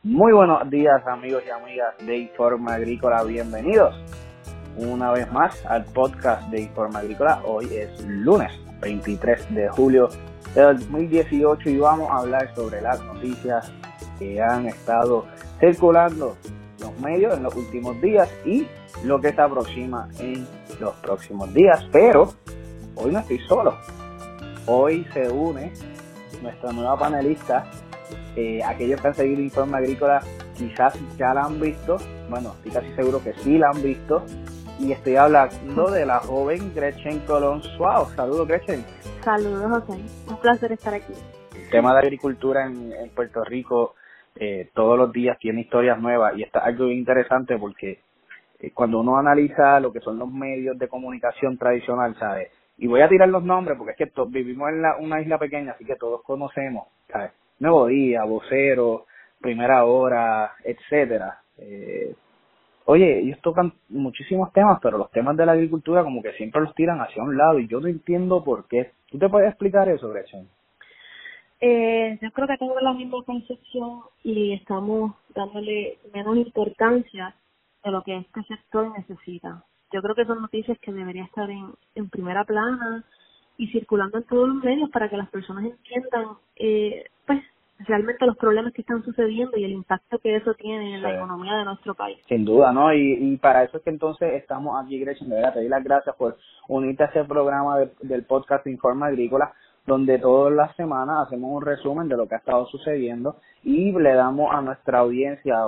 Muy buenos días, amigos y amigas de Informa Agrícola, bienvenidos una vez más al podcast de Informa Agrícola. Hoy es lunes 23 de julio de 2018 y vamos a hablar sobre las noticias que han estado circulando en los medios en los últimos días y lo que se aproxima en los próximos días. Pero hoy no estoy solo, hoy se une nuestra nueva panelista. Aquellos que han seguido Informa Agrícola quizás ya la han visto, bueno, estoy casi seguro que sí la han visto, y estoy hablando de la joven Gretchen Colón Suárez. Saludos, Gretchen. Saludos, José, un placer estar aquí. El tema de agricultura en Puerto Rico todos los días tiene historias nuevas y está algo bien interesante porque cuando uno analiza lo que son los medios de comunicación tradicional, ¿sabes? Y voy a tirar los nombres porque es que vivimos en una isla pequeña, así que todos conocemos, ¿sabes? Nuevo Día, Vocero, Primera Hora, etcétera. Oye, ellos tocan muchísimos temas, pero los temas de la agricultura como que siempre los tiran hacia un lado y yo no entiendo por qué. ¿Tú te puedes explicar eso, Gretchen? Yo creo que tengo la misma concepción y estamos dándole menos importancia de lo que este sector necesita. Yo creo que son noticias que debería estar en primera plana y circulando en todos los medios para que las personas entiendan pues realmente los problemas que están sucediendo y el impacto que eso tiene en la economía de nuestro país. Sin duda, ¿no? Y para eso es que entonces estamos aquí, Gretchen. De verdad, te doy las gracias por unirte a este programa del podcast Informa Agrícola, donde todas las semanas hacemos un resumen de lo que ha estado sucediendo y le damos a nuestra audiencia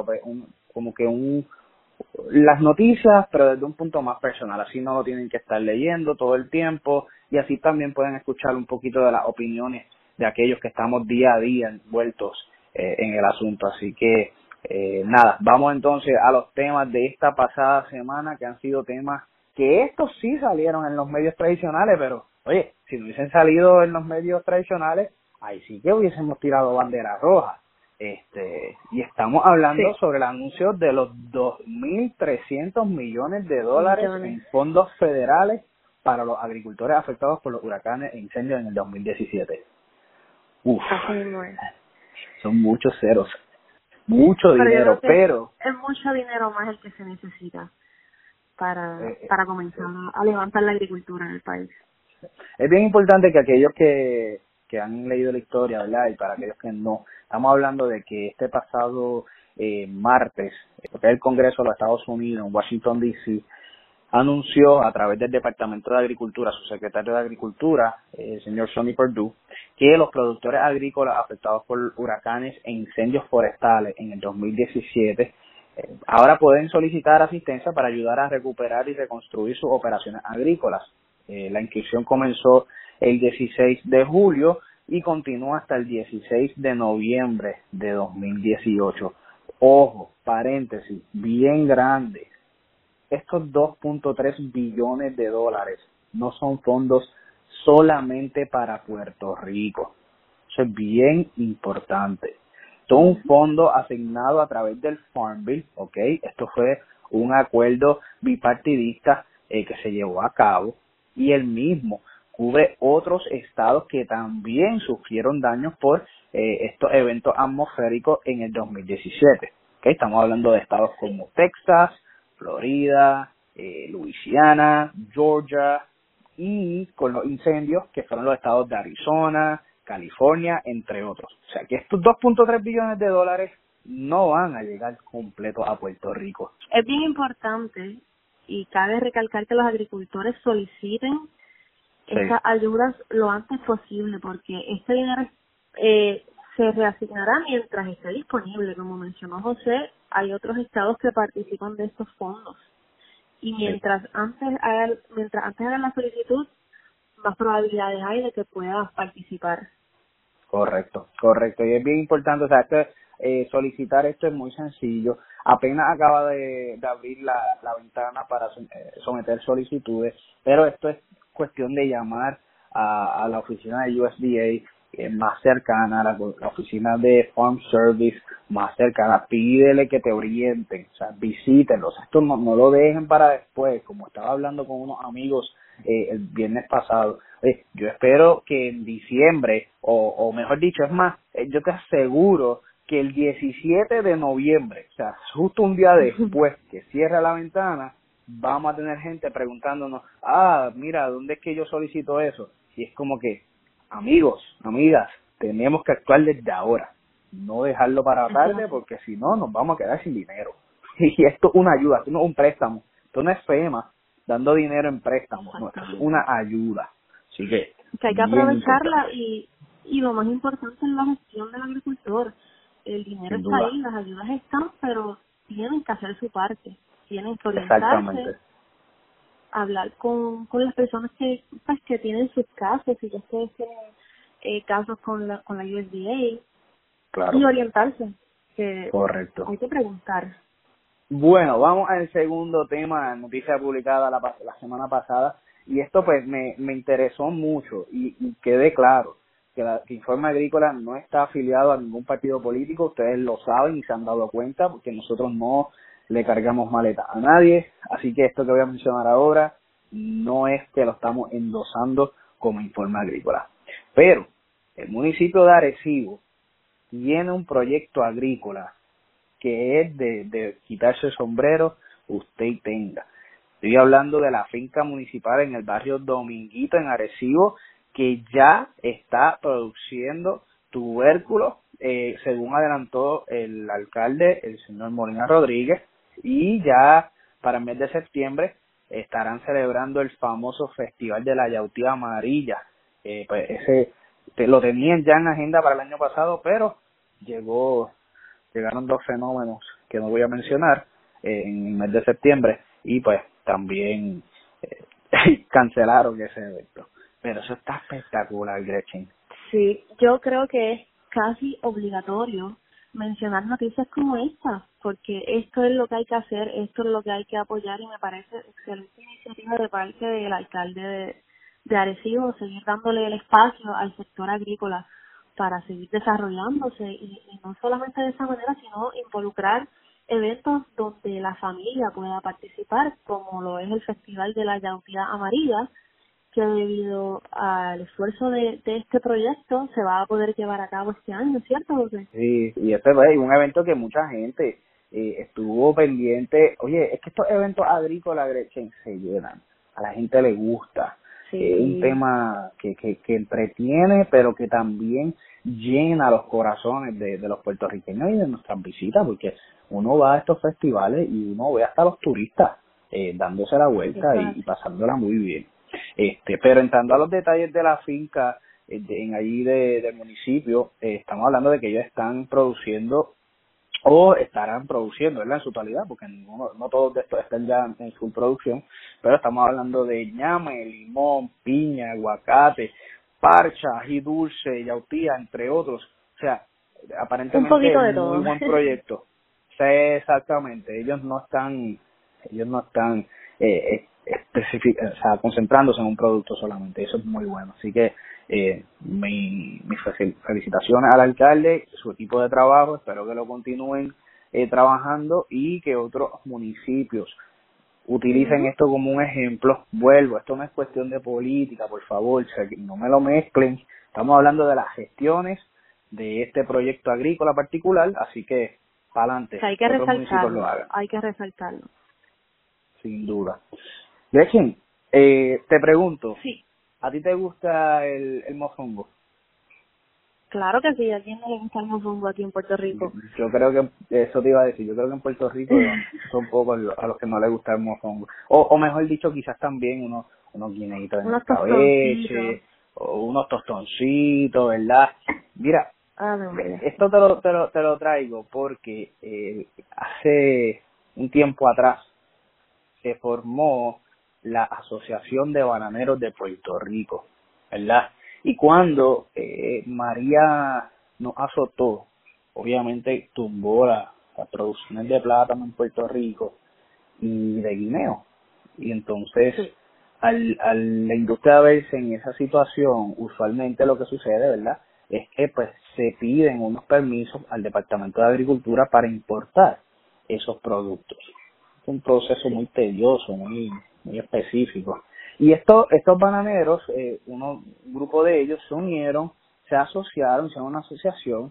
las noticias, pero desde un punto más personal. Así no lo tienen que estar leyendo todo el tiempo y así también pueden escuchar un poquito de las opiniones de aquellos que estamos día a día envueltos en el asunto. Así que nada, vamos entonces a los temas de esta pasada semana, que han sido temas que estos sí salieron en los medios tradicionales, pero oye, si no hubiesen salido en los medios tradicionales, ahí sí que hubiésemos tirado bandera roja. Y estamos hablando sobre el anuncio de los 2.300 millones de dólares en fondos federales para los agricultores afectados por los huracanes e incendios en el 2017. Uf, son muchos ceros, mucho dinero, pero es mucho dinero más el que se necesita para comenzar a levantar la agricultura en el país. Es bien importante que aquellos que han leído la historia, ¿verdad? Y para aquellos que no, estamos hablando de que este pasado martes, el Congreso de los Estados Unidos en Washington, D.C., anunció a través del Departamento de Agricultura, su secretario de Agricultura, el señor Sonny Perdue, que los productores agrícolas afectados por huracanes e incendios forestales en el 2017 ahora pueden solicitar asistencia para ayudar a recuperar y reconstruir sus operaciones agrícolas. La inscripción comenzó el 16 de julio y continúa hasta el 16 de noviembre de 2018. Ojo, paréntesis, bien grande. Estos 2.3 billones de dólares no son fondos solamente para Puerto Rico. Eso es bien importante. Esto es un fondo asignado a través del Farm Bill, ¿ok? Esto fue un acuerdo bipartidista que se llevó a cabo y el mismo cubre otros estados que también sufrieron daños por estos eventos atmosféricos en el 2017. ¿Okay? Estamos hablando de estados como Texas, Florida, Luisiana, Georgia y con los incendios que fueron los estados de Arizona, California, entre otros. O sea que estos 2.3 billones de dólares no van a llegar completos a Puerto Rico. Es bien importante y cabe recalcar que los agricultores soliciten estas ayudas lo antes posible porque este dinero se reasignará mientras esté disponible. Como mencionó José, hay otros estados que participan de estos fondos y mientras antes hagan la solicitud, más probabilidades hay de que puedas participar. Correcto. Y es bien importante, o sea, solicitar esto es muy sencillo. Apenas acaba de abrir la ventana para someter solicitudes, pero esto es cuestión de llamar a la oficina de USDA más cercana, la oficina de Farm Service más cercana, pídele que te orienten, o sea, visítenlos, esto no lo dejen para después, como estaba hablando con unos amigos el viernes pasado. Yo espero que en diciembre, o mejor dicho, es más, yo te aseguro que el 17 de noviembre, o sea, justo un día después que cierra la ventana, vamos a tener gente preguntándonos, mira, ¿dónde es que yo solicito eso? Y es como que, amigos, amigas, tenemos que actuar desde ahora, no dejarlo para tarde, porque si no, nos vamos a quedar sin dinero. Y esto es una ayuda, esto no es un préstamo, esto no es FEMA dando dinero en préstamos, no, esto es una ayuda. Así que hay que aprovecharla y lo más importante es la gestión del agricultor. El dinero está ahí, las ayudas están, pero tienen que hacer su parte, tienen que orientarse, hablar con las personas que tienen sus casos, si ya ustedes tienen casos con la USDA, y orientarse, que correcto. Hay que preguntar. Bueno, vamos al segundo tema, noticia publicada la semana pasada, y esto pues me interesó mucho y quedé claro que Informe Agrícola no está afiliado a ningún partido político, ustedes lo saben y se han dado cuenta, porque nosotros no le cargamos maleta a nadie, así que esto que voy a mencionar ahora no es que lo estamos endosando como Informe Agrícola. Pero el municipio de Arecibo tiene un proyecto agrícola que es de quitarse el sombrero, usted y tenga. Estoy hablando de la finca municipal en el barrio Dominguito, en Arecibo, que ya está produciendo tubérculos, según adelantó el alcalde, el señor Molina Rodríguez, y ya para el mes de septiembre estarán celebrando el famoso Festival de la Yautía Amarilla. Pues ese lo tenían ya en agenda para el año pasado, pero llegaron dos fenómenos que no voy a mencionar en el mes de septiembre y pues también cancelaron ese evento. Pero eso está espectacular, Gretchen. Sí, yo creo que es casi obligatorio mencionar noticias como esta, porque esto es lo que hay que hacer, esto es lo que hay que apoyar y me parece excelente iniciativa de parte del alcalde de Arecibo, seguir dándole el espacio al sector agrícola para seguir desarrollándose y no solamente de esa manera, sino involucrar eventos donde la familia pueda participar, como lo es el Festival de la Yautía Amarilla, que debido al esfuerzo de este proyecto se va a poder llevar a cabo este año, ¿cierto, José? Sí, y este es un evento que mucha gente estuvo pendiente. Oye, es que estos eventos agrícolas, Gretchen, se llenan, a la gente le gusta. Sí. Un tema que entretiene, pero que también llena los corazones de los puertorriqueños y de nuestras visitas, porque uno va a estos festivales y uno ve hasta los turistas dándose la vuelta y pasándola muy bien. Pero entrando a los detalles de la finca en allí del municipio, estamos hablando de que ellos están produciendo o estarán produciendo, ¿verdad? En su totalidad, porque no todos de estos están ya en su producción, pero estamos hablando de ñame, limón, piña, aguacate, parcha, ají dulce, yautía, entre otros. O sea, aparentemente un poquito de es todo. Muy buen proyecto. Sí, exactamente, ellos no están o sea, concentrándose en un producto solamente, eso es muy bueno. Así que mis felicitaciones al alcalde, su equipo de trabajo, espero que lo continúen trabajando y que otros municipios utilicen esto como un ejemplo. Vuelvo, esto no es cuestión de política, por favor, o sea, que no me lo mezclen, estamos hablando de las gestiones de este proyecto agrícola particular, así que para adelante, hay que resaltarlo, sin duda. Gretchen, te pregunto, sí. ¿A ti te gusta el mofongo? Claro que sí, ¿a quién no le gusta el mofongo aquí en Puerto Rico? Yo creo que, eso te iba a decir, yo creo que en Puerto Rico son pocos a los que no les gusta el mofongo. O mejor dicho, quizás también unos guineitos en escabeche, o unos tostoncitos, ¿verdad? Mira, esto te lo traigo porque hace un tiempo atrás se formó la Asociación de Bananeros de Puerto Rico, ¿verdad? Y cuando María nos azotó, obviamente tumbó las producciones de plátano en Puerto Rico y de guineo. Y entonces, sí. al la industria verse en esa situación, usualmente lo que sucede, ¿verdad?, es que pues se piden unos permisos al Departamento de Agricultura para importar esos productos. Es un proceso muy tedioso, muy específico. Y estos bananeros, un grupo de ellos se unieron, se asociaron, hicieron una asociación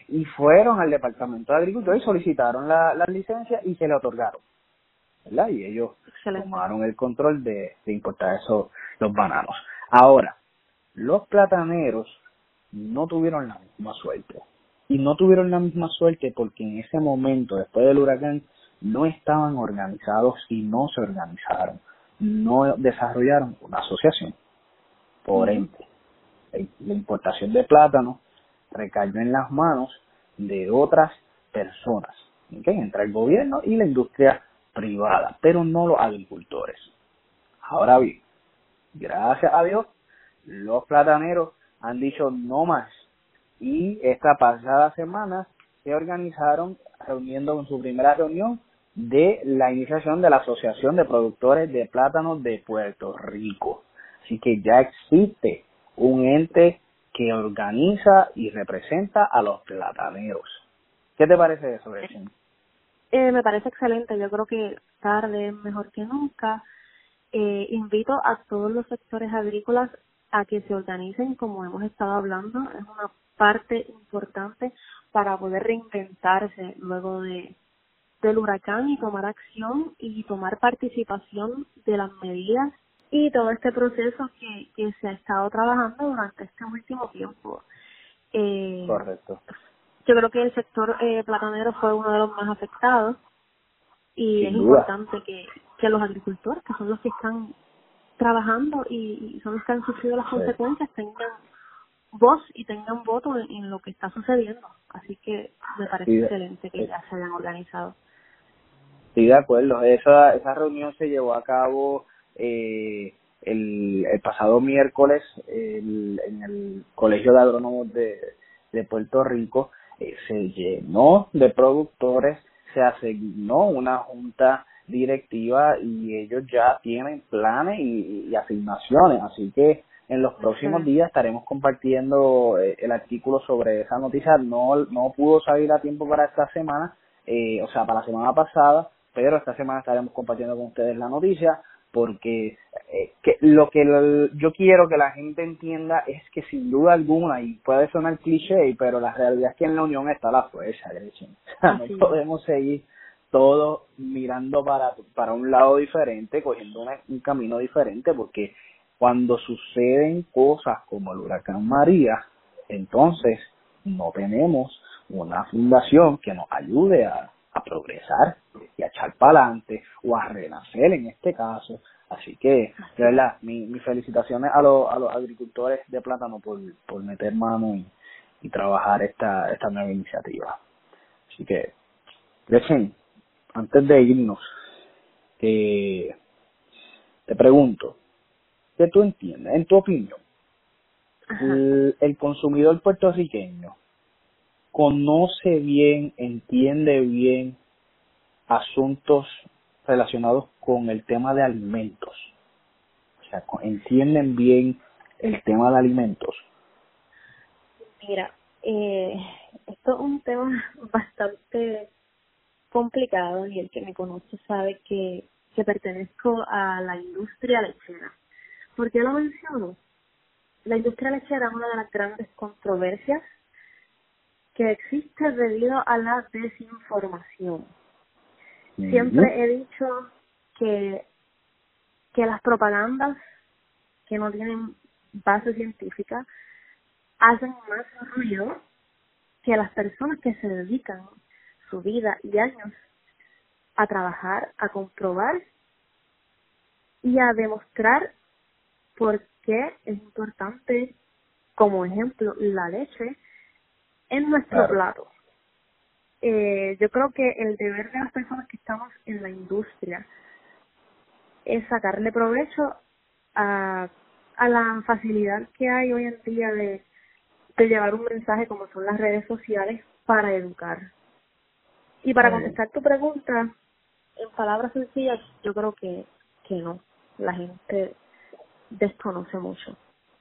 y fueron al Departamento de Agricultura y solicitaron la licencia y se le otorgaron, ¿verdad? Y ellos tomaron el control de importar los bananos. Ahora, los plataneros no tuvieron la misma suerte. Y no tuvieron la misma suerte porque en ese momento, después del huracán, no estaban organizados y no se organizaron. No desarrollaron una asociación. Por ende, la importación de plátano recayó en las manos de otras personas, ¿okay? Entre el gobierno y la industria privada, pero no los agricultores. Ahora bien, gracias a Dios, los plataneros han dicho no más, y esta pasada semana se organizaron reuniendo en su primera reunión de la iniciación de la Asociación de Productores de Plátanos de Puerto Rico. Así que ya existe un ente que organiza y representa a los plataneros. ¿Qué te parece eso, Gretchen? Me parece excelente. Yo creo que tarde es mejor que nunca. Invito a todos los sectores agrícolas a que se organicen, como hemos estado hablando. Es una parte importante para poder reinventarse luego del huracán y tomar acción y tomar participación de las medidas y todo este proceso que se ha estado trabajando durante este último tiempo. Correcto. Yo creo que el sector platanero fue uno de los más afectados y es importante que los agricultores, que son los que están trabajando y son los que han sufrido las consecuencias, tengan voz y tengan voto en lo que está sucediendo. Así que me parece excelente que ya se hayan organizado. Sí, de acuerdo. Esa reunión se llevó a cabo el pasado miércoles en el Colegio de Agrónomos de Puerto Rico. Se llenó de productores, se asignó una junta directiva y ellos ya tienen planes y asignaciones, así que en los próximos días estaremos compartiendo el artículo sobre esa noticia. No pudo salir a tiempo para esta semana, para la semana pasada, pero esta semana estaremos compartiendo con ustedes la noticia, porque yo quiero que la gente entienda es que sin duda alguna, y puede sonar cliché, pero la realidad es que en la unión está la fuerza, Gretchen. No podemos seguir todos mirando para un lado diferente, cogiendo un camino diferente, porque cuando suceden cosas como el huracán María, entonces no tenemos una fundación que nos ayude a progresar y a echar para adelante o a renacer en este caso. Así que, de verdad, mis felicitaciones a los agricultores de plátano por meter mano y trabajar esta nueva iniciativa. Así que, Gretchen, antes de irnos, te pregunto, ¿qué tú entiendes? En tu opinión, el consumidor puertorriqueño conoce bien, entiende bien asuntos relacionados con el tema de alimentos, o sea, entienden bien el tema de alimentos. Mira, esto es un tema bastante complicado y el que me conoce sabe que pertenezco a la industria lechera. ¿Por qué lo menciono? La industria lechera es una de las grandes controversias que existe debido a la desinformación. Siempre he dicho que las propagandas que no tienen base científica hacen más ruido que las personas que se dedican su vida y años a trabajar, a comprobar y a demostrar por qué es importante, como ejemplo, la leche en nuestro plato. Yo creo que el deber de las personas que estamos en la industria es sacarle provecho a la facilidad que hay hoy en día de llevar un mensaje como son las redes sociales para educar. Y para contestar tu pregunta, en palabras sencillas, yo creo que no. La gente desconoce mucho.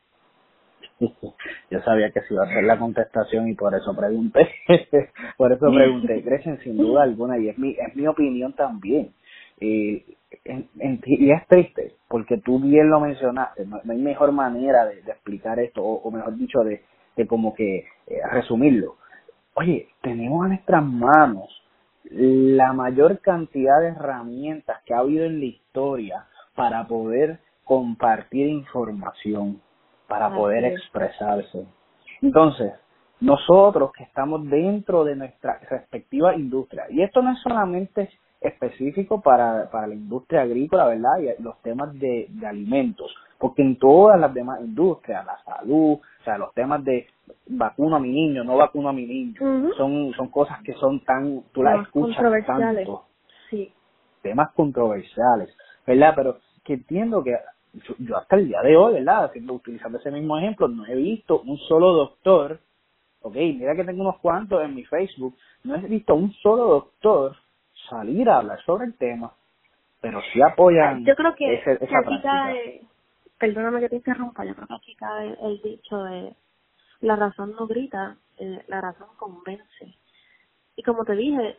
Yo sabía que se iba a hacer la contestación y por eso pregunté. Gretchen, sin duda alguna, y es mi opinión también. Y es triste, porque tú bien lo mencionaste, no hay mejor manera de explicar esto, o mejor dicho, de como que resumirlo. Oye, tenemos en nuestras manos la mayor cantidad de herramientas que ha habido en la historia para poder compartir información, para poder expresarse. Entonces, nosotros que estamos dentro de nuestra respectiva industria, y esto no es solamente específico para la industria agrícola, ¿verdad? Y los temas de alimentos, porque en todas las demás industrias, la salud, o sea, los temas de vacuno a mi niño, no vacuno a mi niño, son cosas que son tan, tú las escuchas tanto, sí, temas controversiales, ¿verdad? Pero que entiendo que yo hasta el día de hoy, ¿verdad? Utilizando ese mismo ejemplo, no he visto un solo doctor, mira que tengo unos cuantos en mi Facebook, no he visto un solo doctor salir a hablar sobre el tema, pero sí apoyan yo creo que esa aquí práctica. cae, perdóname que te interrumpa, yo creo que aquí cae el dicho de la razón no grita, la razón convence. Y como te dije,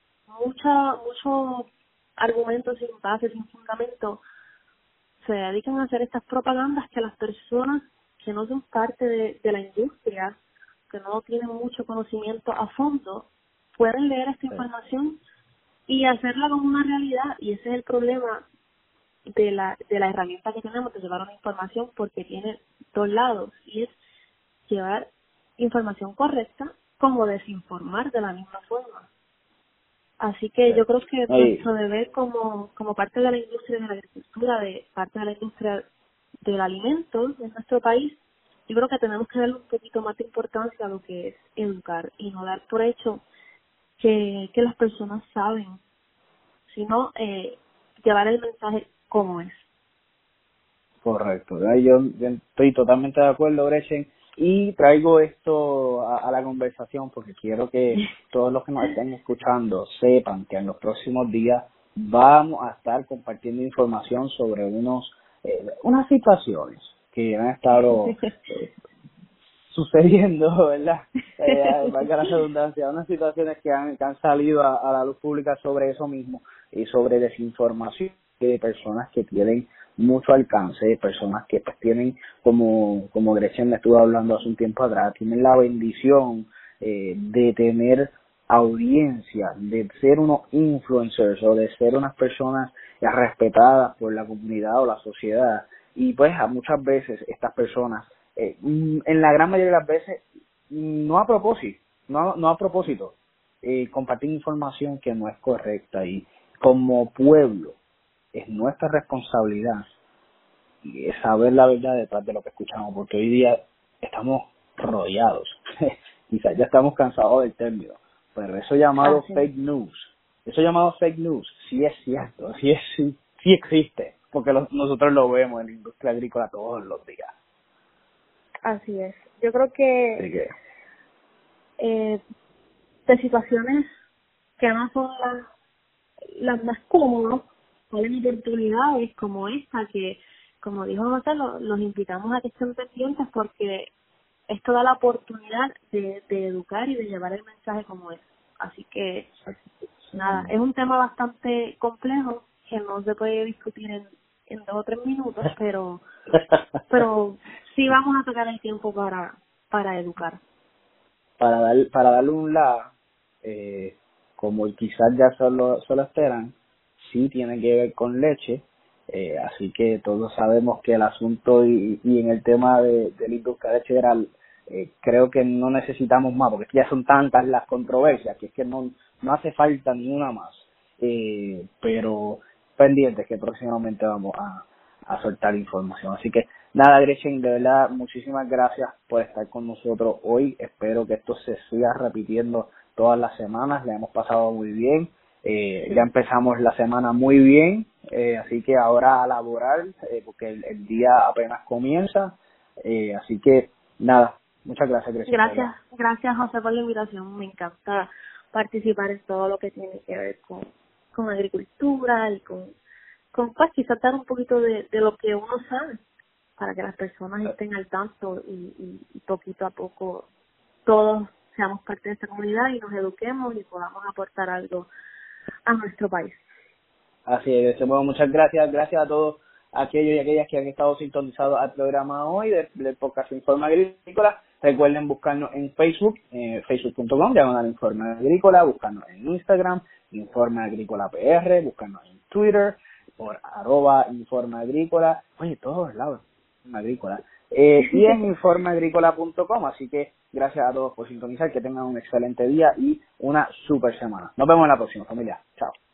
muchos argumentos sin base, sin fundamento, se dedican a hacer estas propagandas que las personas que no son parte de la industria, que no tienen mucho conocimiento a fondo, pueden leer esta información y hacerla como una realidad. Y ese es el problema de la herramienta que tenemos de llevar una información, porque tiene dos lados, y es llevar información correcta como desinformar de la misma forma. Así que yo creo que nuestro deber como parte de la industria de la agricultura, de parte de la industria del alimento en nuestro país, yo creo que tenemos que darle un poquito más de importancia a lo que es educar y no dar por hecho que las personas saben, sino llevar el mensaje como es. Correcto, yo estoy totalmente de acuerdo, Gretchen, y traigo esto a la conversación porque quiero que todos los que nos estén escuchando sepan que en los próximos días vamos a estar compartiendo información sobre unas situaciones que han estado sucediendo, ¿verdad? Valga la redundancia, unas situaciones que han salido a la luz pública sobre eso mismo y sobre desinformación de personas que tienen mucho alcance, de personas que pues tienen, como Gretchen me estuvo hablando hace un tiempo atrás, tienen la bendición de tener audiencia, de ser unos influencers o de ser unas personas respetadas por la comunidad o la sociedad. Y pues a muchas veces estas personas, en la gran mayoría de las veces, no a propósito, compartir información que no es correcta, y como pueblo es nuestra responsabilidad saber la verdad detrás de lo que escuchamos, porque hoy día estamos rodeados, quizás ya estamos cansados del término, pero eso llamado fake news, sí es cierto, sí existe, porque nosotros lo vemos en la industria agrícola todos los días. Así es. Yo creo que de situaciones que no son las más cómodas, salen oportunidades como esta, que como dijo José, los invitamos a que estén pendientes, porque esto da la oportunidad de educar y de llevar el mensaje como es. Así que nada, es un tema bastante complejo que no se puede discutir en 2 o 3 minutos, pero sí vamos a tocar el tiempo para educar. Para darle un como quizás ya solo esperan, sí tiene que ver con leche, así que todos sabemos que el asunto y en el tema de la industria lechera, creo que no necesitamos más, porque ya son tantas las controversias que es que no hace falta ni una más, pero pendientes que próximamente vamos a soltar información. Así que nada, Gretchen, de verdad, muchísimas gracias por estar con nosotros hoy. Espero que esto se siga repitiendo todas las semanas. La hemos pasado muy bien. Ya empezamos la semana muy bien, así que ahora a laborar, porque el día apenas comienza. Así que nada, muchas gracias, Gretchen. Gracias José por la invitación. Me encanta participar en todo lo que tiene que ver con agricultura y con pues quizás dar un poquito de lo que uno sabe, para que las personas estén al tanto y poquito a poco todos seamos parte de esta comunidad y nos eduquemos y podamos aportar algo a nuestro país. Así es, bueno, muchas gracias a todos aquellos y aquellas que han estado sintonizados al programa hoy del podcast Informa Agrícola. Recuerden buscarnos en Facebook, facebook.com, /Informe Agrícola, buscarnos en Instagram, Informe Agrícola PR, buscarnos en Twitter, por @Informe Agrícola, oye, todos lados, Agrícola, y en informeagrícola.com. Así que gracias a todos por sintonizar, que tengan un excelente día y una super semana. Nos vemos en la próxima, familia. Chao.